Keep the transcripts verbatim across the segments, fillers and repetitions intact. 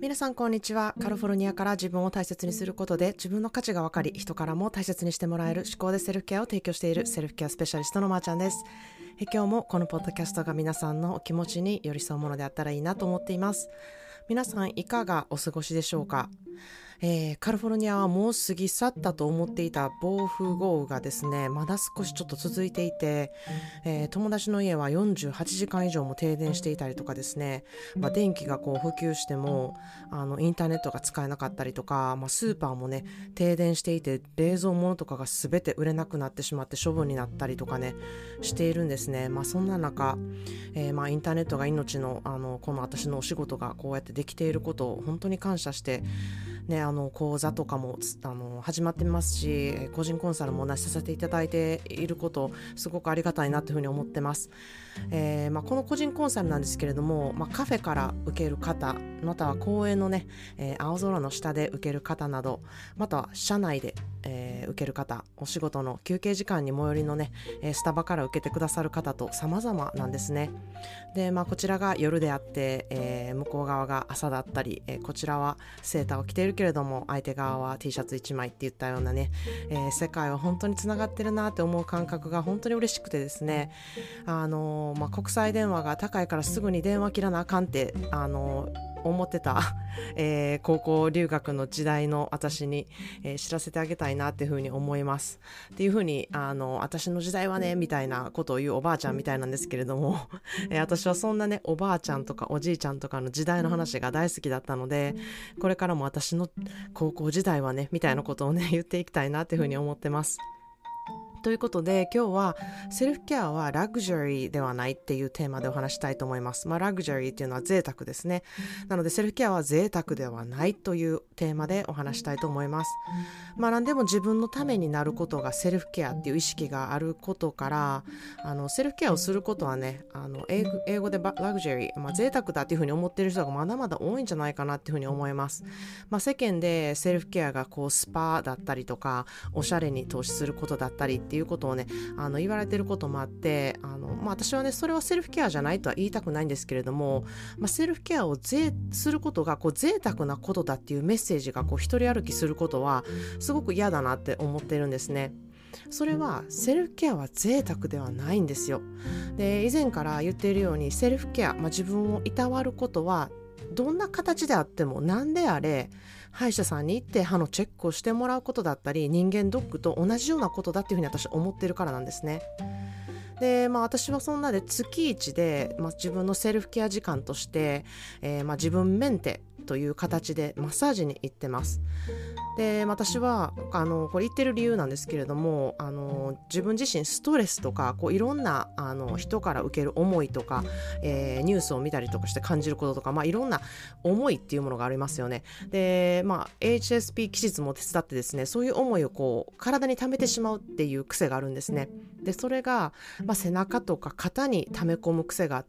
皆さんこんにちは。カリフォルニアから自分を大切にすることで自分の価値が分かり、人からも大切にしてもらえる思考でセルフケアを提供しているセルフケアスペシャリストのまーちゃんです。え今日もこのポッドキャストが皆さんのお気持ちに寄り添うものであったらいいなと思っています。皆さんいかがお過ごしでしょうか。えー、カリフォルニアはもう過ぎ去ったと思っていた暴風豪雨がですね、まだ少しちょっと続いていて、えー、友達の家はよんじゅうはちじかん以上も停電していたりとかですね、まあ、電気がこう普及してもあのインターネットが使えなかったりとか、まあ、スーパーもね停電していて冷蔵物とかが全て売れなくなってしまって処分になったりとかねしているんですね。まあ、そんな中、えー、まあインターネットが命の、あのこの私のお仕事がこうやってできていることを本当に感謝してね、あの講座とかもあの始まってますし、個人コンサルもなしさせていただいていることすごくありがたいなというふうに思ってます。えーまあ、この個人コンサルなんですけれども、まあ、カフェから受ける方、または公園のね、えー、青空の下で受ける方など、または車内で、えー、受ける方、お仕事の休憩時間に最寄りのね、えー、スタバから受けてくださる方と様々なんですね。で、まあ、こちらが夜であって、えー、向こう側が朝だったり、えー、こちらはセーターを着ているけれども相手側は T シャツいちまいっていったようなね、えー、世界は本当につながってるなって思う感覚が本当に嬉しくてですね、あのーまあ、国際電話が高いからすぐに電話切らなあかんって、あのー思ってた、えー、高校留学の時代の私に、えー、知らせてあげたいなっていうふうに思いますっていうふうに、あの私の時代はねみたいなことを言うおばあちゃんみたいなんですけれども、えー、私はそんなねおばあちゃんとかおじいちゃんとかの時代の話が大好きだったので、これからも私の高校時代はねみたいなことをね言っていきたいなっていうふうに思ってます。ということで今日はセルフケアはラグジュアリーではないっていうテーマでお話したいと思います。まあラグジュアリーっていうのは贅沢ですね。なのでセルフケアは贅沢ではないというテーマでお話したいと思います。まあ何でも自分のためになることがセルフケアっていう意識があることから、あのセルフケアをすることはね、あの英語、英語でラグジュアリー、まあ、贅沢だっていうふうに思っている人がまだまだ多いんじゃないかなっていうふうに思います。まあ世間でセルフケアがこうスパだったりとかおしゃれに投資することだったりっていうことをねあの言われてることもあって、あの、まあ、私はねそれはセルフケアじゃないとは言いたくないんですけれども、まあ、セルフケアをぜすることがこう贅沢なことだっていうメッセージがこう一人歩きすることはすごく嫌だなって思ってるんですね。それはセルフケアは贅沢ではないんですよ。で以前から言っているようにセルフケア、まあ、自分をいたわることはどんな形であっても何であれ歯医者さんに行って歯のチェックをしてもらうことだったり人間ドックと同じようなことだっていうふうに私は思ってるからなんですね。で、まあ、私はそんなで月いちで、まあ、自分のセルフケア時間として、えーまあ、自分メンテという形でマッサージに行ってます。で私はあのこれ言ってる理由なんですけれども、あの自分自身ストレスとかこういろんなあの人から受ける思いとか、えー、ニュースを見たりとかして感じることとか、まあ、いろんな思いっていうものがありますよね。で、まあ、エイチエスピー 気質も手伝ってですね、そういう思いをこう体に溜めてしまうっていう癖があるんですね。でそれが、まあ、背中とか肩に溜め込む癖があって、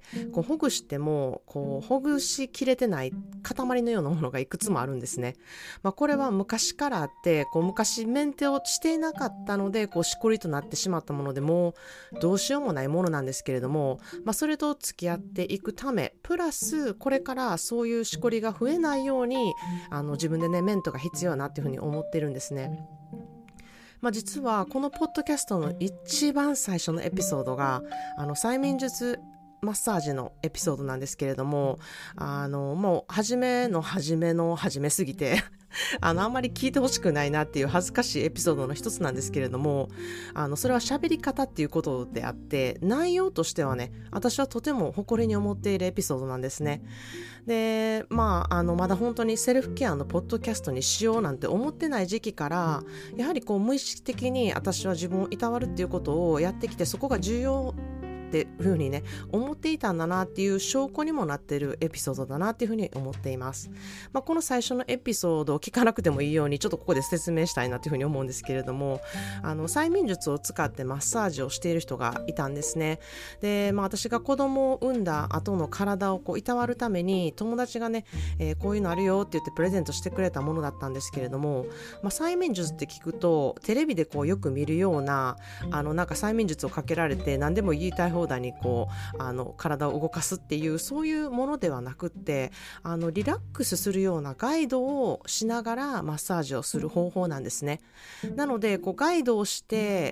こうほぐしてもこうほぐしきれてない塊のようなものがいくつもあるんですね。まあ、これは昔からあって、こう昔メンテをしていなかったのでこうしこりとなってしまったものでもどうしようもないものなんですけれども、まあ、それと付き合っていくためプラスこれからそういうしこりが増えないようにあの自分でねメントが必要なっていうふうに思ってるんですね。まあ、実はこのポッドキャストの一番最初のエピソードがあの催眠術マッサージのエピソードなんですけれども、あのもう初めの初めの初めすぎてあのあんまり聞いてほしくないなっていう恥ずかしいエピソードの一つなんですけれども、あのそれは喋り方っていうことであって内容としてはね私はとても誇りに思っているエピソードなんですね。でまああのまだ本当にセルフケアのポッドキャストにしようなんて思ってない時期からやはりこう無意識的に私は自分をいたわるっていうことをやってきて、そこが重要っていうふうにね思っていたんだなっていう証拠にもなっているエピソードだなっていうふうに思っています。まあ、この最初のエピソードを聞かなくてもいいようにちょっとここで説明したいなというふうに思うんですけれども、あの催眠術を使ってマッサージをしている人がいたんですね。で、まあ、私が子供を産んだ後の体をこういたわるために友達がね、えー、こういうのあるよって言ってプレゼントしてくれたものだったんですけれども、まあ、催眠術って聞くとテレビでこうよく見るようなあのなんか催眠術をかけられて何でも言いたい放長打にこうあの体を動かすっていうそういうものではなくって、あのリラックスするようなガイドをしながらマッサージをする方法なんですね。なのでこうガイドをして、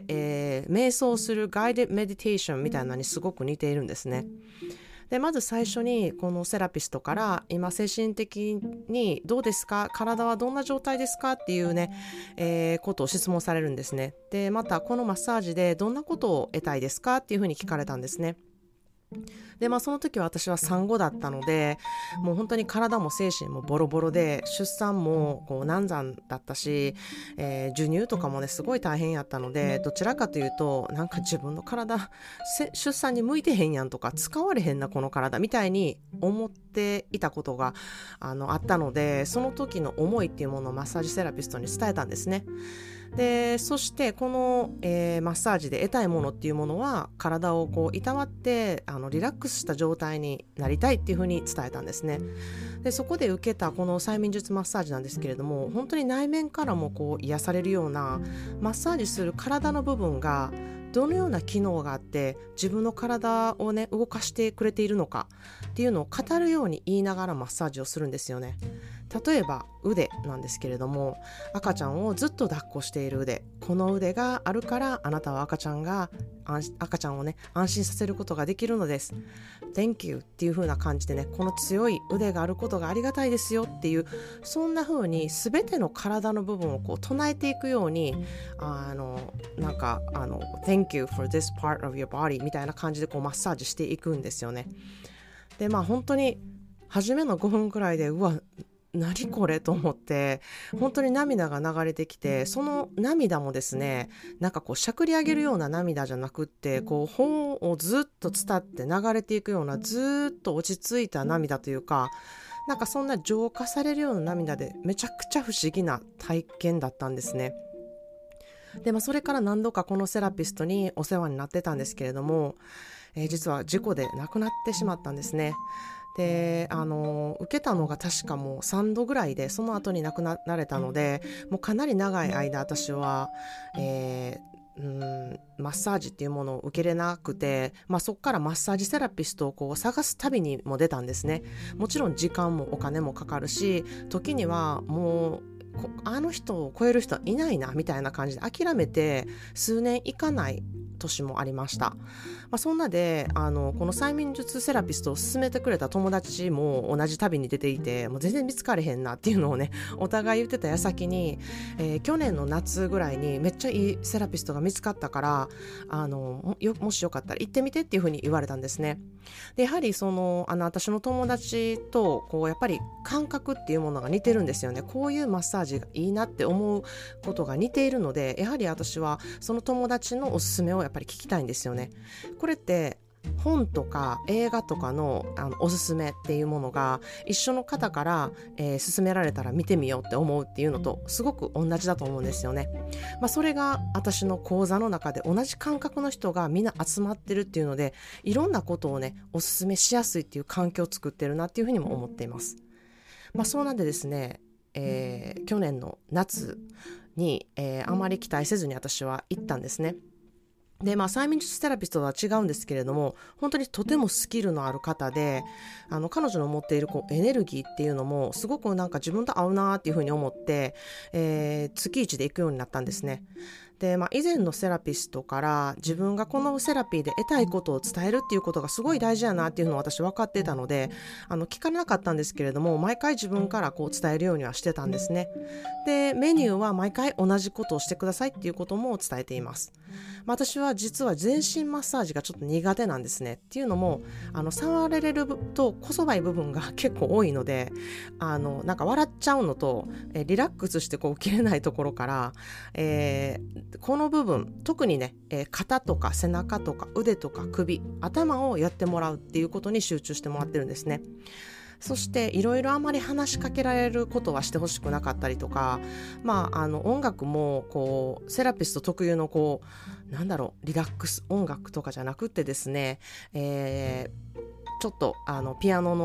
えー、瞑想するガイデメディテーションみたいなのにすごく似ているんですね。でまず最初にこのセラピストから今精神的にどうですか、体はどんな状態ですかっていうね、えー、ことを質問されるんですね。でまたこのマッサージでどんなことを得たいですかっていうふうに聞かれたんですね。でまあその時は私は産後だったので、もう本当に体も精神もボロボロで、出産もこう難産だったし、えー、授乳とかもねすごい大変やったので、どちらかというとなんか自分の体出産に向いてへんやんとか、使われへんなこの体みたいに思っていたことが あのあったので、その時の思いっていうものをマッサージセラピストに伝えたんですね。でそしてこの、えー、マッサージで得たいものっていうものは、体をこういたわってあのリラックスした状態になりたいっていうふうに伝えたんですね。でそこで受けたこの催眠術マッサージなんですけれども、本当に内面からもこう癒されるような、マッサージする体の部分がどのような機能があって自分の体をね動かしてくれているのかっていうのを語るように言いながらマッサージをするんですよね。例えば腕なんですけれども、赤ちゃんをずっと抱っこしている腕、この腕があるからあなたは赤ちゃんが赤ちゃんをね安心させることができるのです。 Thank you っていう風な感じでね、この強い腕があることがありがたいですよっていう、そんな風に全ての体の部分をこう唱えていくように、あのなんかあの Thank you for this part of your body みたいな感じでこうマッサージしていくんですよね。でまあ本当に初めのごふんくらいで、うわ何これと思って、本当に涙が流れてきて、その涙もですね、なんかこうしゃくり上げるような涙じゃなくって、こう本をずっと伝って流れていくような、ずっと落ち着いた涙というか、なんかそんな浄化されるような涙で、めちゃくちゃ不思議な体験だったんですね。で、まあ、それから何度かこのセラピストにお世話になってたんですけれども、えー、実は事故で亡くなってしまったんですね。であの受けたのが確かもうさんどぐらいで、その後に亡くなられたので、もうかなり長い間私は、えー、うんマッサージっていうものを受けれなくて、まあ、そこからマッサージセラピストをこう探す旅にも出たんですね。もちろん時間もお金もかかるし、時にはもうあの人を超える人はいないなみたいな感じで諦めて数年いかない年もありました。まあ、そんなであのこの催眠術セラピストを勧めてくれた友達も同じ旅に出ていて、もう全然見つかれへんなっていうのをねお互い言ってた矢先に、えー、去年の夏ぐらいにめっちゃいいセラピストが見つかったから、あの も, もしよかったら行ってみてっていうふうに言われたんですね。でやはりそのあの私の友達とこうやっぱり感覚っていうものが似てるんですよね。こういうマッサージがいいなって思うことが似ているので、やはり私はその友達のおすすめをやっぱり聞きたいんですよね。これって本とか映画とか の, あのおすすめっていうものが一緒の方から、えー、勧められたら見てみようって思うっていうのとすごく同じだと思うんですよね。まあ、それが私の講座の中で同じ感覚の人がみんな集まってるっていうので、いろんなことをねおすすめしやすいっていう環境を作ってるなっていうふうにも思っています。まあ、そうなんでですね、えー、去年の夏に、えー、あまり期待せずに私は行ったんですね。でまあ、催眠術セラピストとは違うんですけれども、本当にとてもスキルのある方で、あの彼女の持っているこうエネルギーっていうのもすごくなんか自分と合うなっていうふうに思って、えー、月一で行くようになったんですね。で、まあ、以前のセラピストから自分がこのセラピーで得たいことを伝えるっていうことがすごい大事やなっていうのを私分かっていたので、あの聞かなかったんですけれども、毎回自分からこう伝えるようにはしてたんですね。でメニューは毎回同じことをしてくださいっていうことも伝えています。まあ、私は実は全身マッサージがちょっと苦手なんですね。っていうのもあの触れれるとこそばい部分が結構多いので、あのなんか笑っちゃうのと、えリラックスしてこう切れないところから、えー、この部分特にね、えー、肩とか背中とか腕とか首、頭をやってもらうっていうことに集中してもらってるんですね。そしていろいろあまり話しかけられることはしてほしくなかったりとか、まあ、あの音楽もこうセラピスト特有のこうなんだろうリラックス音楽とかじゃなくてですね、えー、ちょっとあのピアノの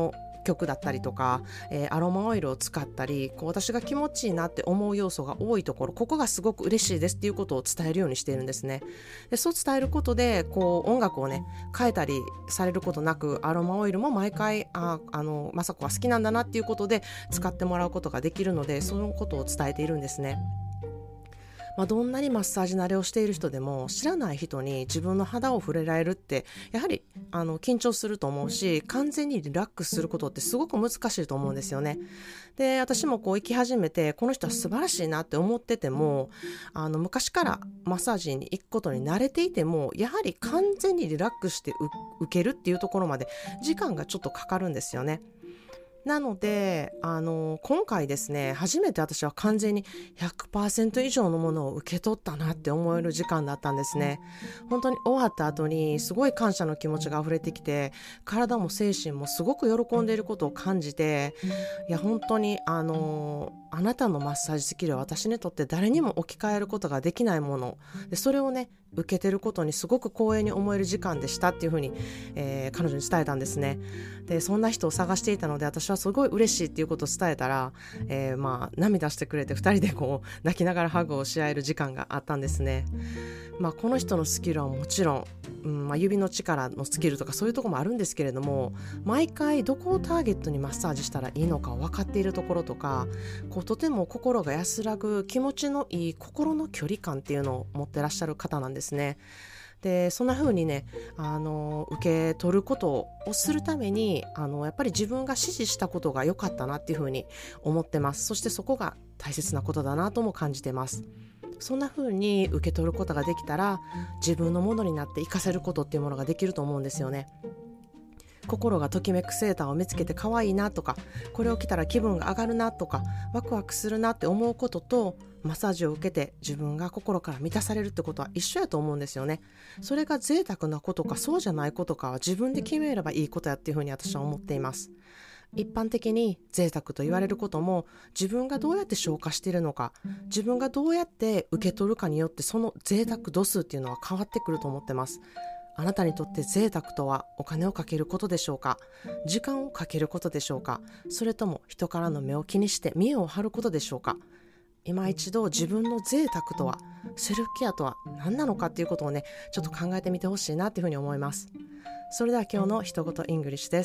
曲だったりとか、えー、アロマオイルを使ったり、こう私が気持ちいいなって思う要素が多いところ、ここがすごく嬉しいですっていうことを伝えるようにしているんですね。でそう伝えることでこう音楽をね変えたりされることなく、アロマオイルも毎回ああの雅子は好きなんだなっていうことで使ってもらうことができるので、そのことを伝えているんですね。まあ、どんなにマッサージ慣れをしている人でも知らない人に自分の肌を触れられるってやはりあの緊張すると思うし、完全にリラックスすることってすごく難しいと思うんですよね。で私もこう行き始めてこの人は素晴らしいなって思ってても、あの昔からマッサージに行くことに慣れていてもやはり完全にリラックスして受けるっていうところまで時間がちょっとかかるんですよね。なのであの今回ですね、初めて私は完全に ひゃくパーセント 以上のものを受け取ったなって思える時間だったんですね。本当に終わった後にすごい感謝の気持ちが溢れてきて、体も精神もすごく喜んでいることを感じて、いや本当にあのあなたのマッサージスキルは私にとって誰にも置き換えることができないもので、それをね受けてることにすごく光栄に思える時間でしたっていうふうに、えー、彼女に伝えたんですね。でそんな人を探していたので私はすごい嬉しいっていうことを伝えたら、えー、まあ涙してくれてふたりでこう泣きながらハグをし合える時間があったんですね。まあ、この人のスキルはもちろん、うんまあ、指の力のスキルとかそういうところもあるんですけれども、毎回どこをターゲットにマッサージしたらいいのか分かっているところとか、こうとても心が安らぐ気持ちのいい心の距離感っていうのを持ってらっしゃる方なんですね。でそんな風にねあの受け取ることをするためにあのやっぱり自分が指示したことが良かったなっていう風に思ってます。そしてそこが大切なことだなとも感じてます。そんな風に受け取ることができたら自分のものになって活かせることっていうものができると思うんですよね。心がときめくセーターを見つけて可愛いなとか、これを着たら気分が上がるなとかワクワクするなって思うことと、マッサージを受けて自分が心から満たされるってことは一緒やと思うんですよね。それが贅沢なことかそうじゃないことかは自分で決めればいいことやっていうふうに私は思っています。一般的に贅沢と言われることも自分がどうやって消化しているのか、自分がどうやって受け取るかによってその贅沢度数っていうのは変わってくると思ってます。あなたにとって贅沢とはお金をかけることでしょうか、時間をかけることでしょうか、それとも人からの目を気にして見栄を張ることでしょうか。今一度自分の贅沢とは、セルフケアとは何なのかっていうことをねちょっと考えてみてほしいなっていうふうに思います。それでは今日の一言イングリッシュです。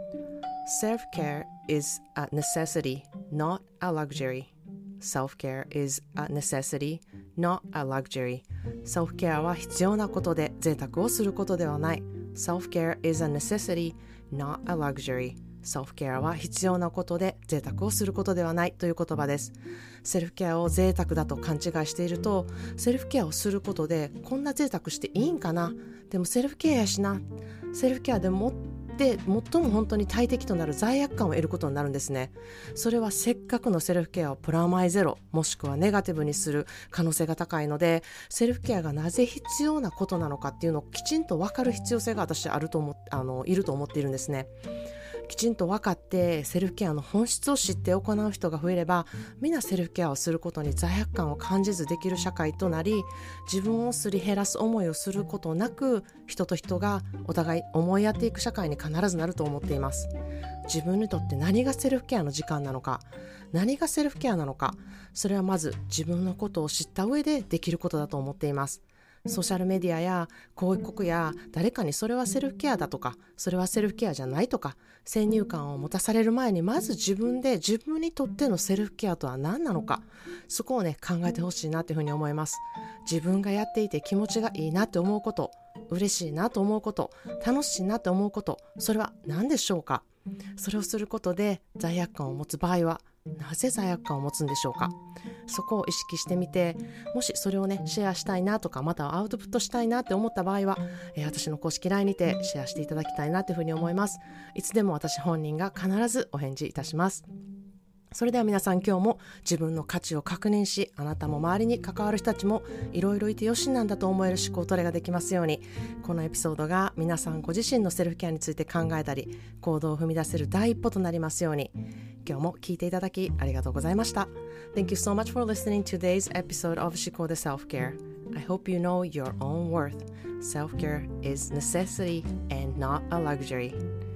Self-care is a necessity, not a luxury.Self-care is a necessity, not a luxury. Self-care は必要なことで贅沢をすることではない。Self-care is a necessity, not a luxury. Self-care は必要なことで贅沢をすることではないという言葉です。セルフケアを贅沢だと勘違いしていると、セルフケアをすることでこんな贅沢していいんかな、でもセルフケアやしな、セルフケアでもで最も本当に大敵となる罪悪感を得ることになるんですね。それはせっかくのセルフケアをプラマイゼロもしくはネガティブにする可能性が高いので、セルフケアがなぜ必要なことなのかっていうのをきちんと分かる必要性が私あると思っあのいると思っているんですね。きちんと分かってセルフケアの本質を知って行う人が増えれば、みんなセルフケアをすることに罪悪感を感じずできる社会となり、自分をすり減らす思いをすることなく人と人がお互い思いやっていく社会に必ずなると思っています。自分にとって何がセルフケアの時間なのか、何がセルフケアなのか、それはまず自分のことを知った上でできることだと思っています。ソーシャルメディアや広告や誰かにそれはセルフケアだとかそれはセルフケアじゃないとか先入観を持たされる前に、まず自分で自分にとってのセルフケアとは何なのか、そこをね考えてほしいなというふうに思います。自分がやっていて気持ちがいいなって思うこと、嬉しいなと思うこと、楽しいなと思うこと、それは何でしょうか。それをすることで罪悪感を持つ場合はなぜ罪悪感を持つんでしょうか。そこを意識してみて、もしそれをねシェアしたいなとか、またはアウトプットしたいなって思った場合は、えー、私の公式 ライン にてシェアしていただきたいなというふうに思います。いつでも私本人が必ずお返事いたします。それでは皆さん、今日も自分の価値を確認し、あなたも周りに関わる人たちもいろいろいてよしなんだと思える思考トレができますように、このエピソードが皆さんご自身のセルフケアについて考えたり行動を踏み出せる第一歩となりますように。今日も聞いていただきありがとうございました。 Thank you so much for listening to today's episode of 思考で Self-Care. I hope you know your own worth. Self-care is necessity and not a luxury.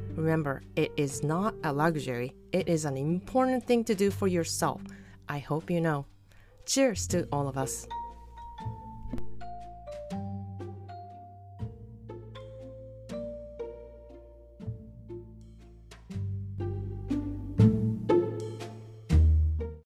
Remember, it is not a luxury. It is an important thing to do for yourself. I hope you know. Cheers to all of us.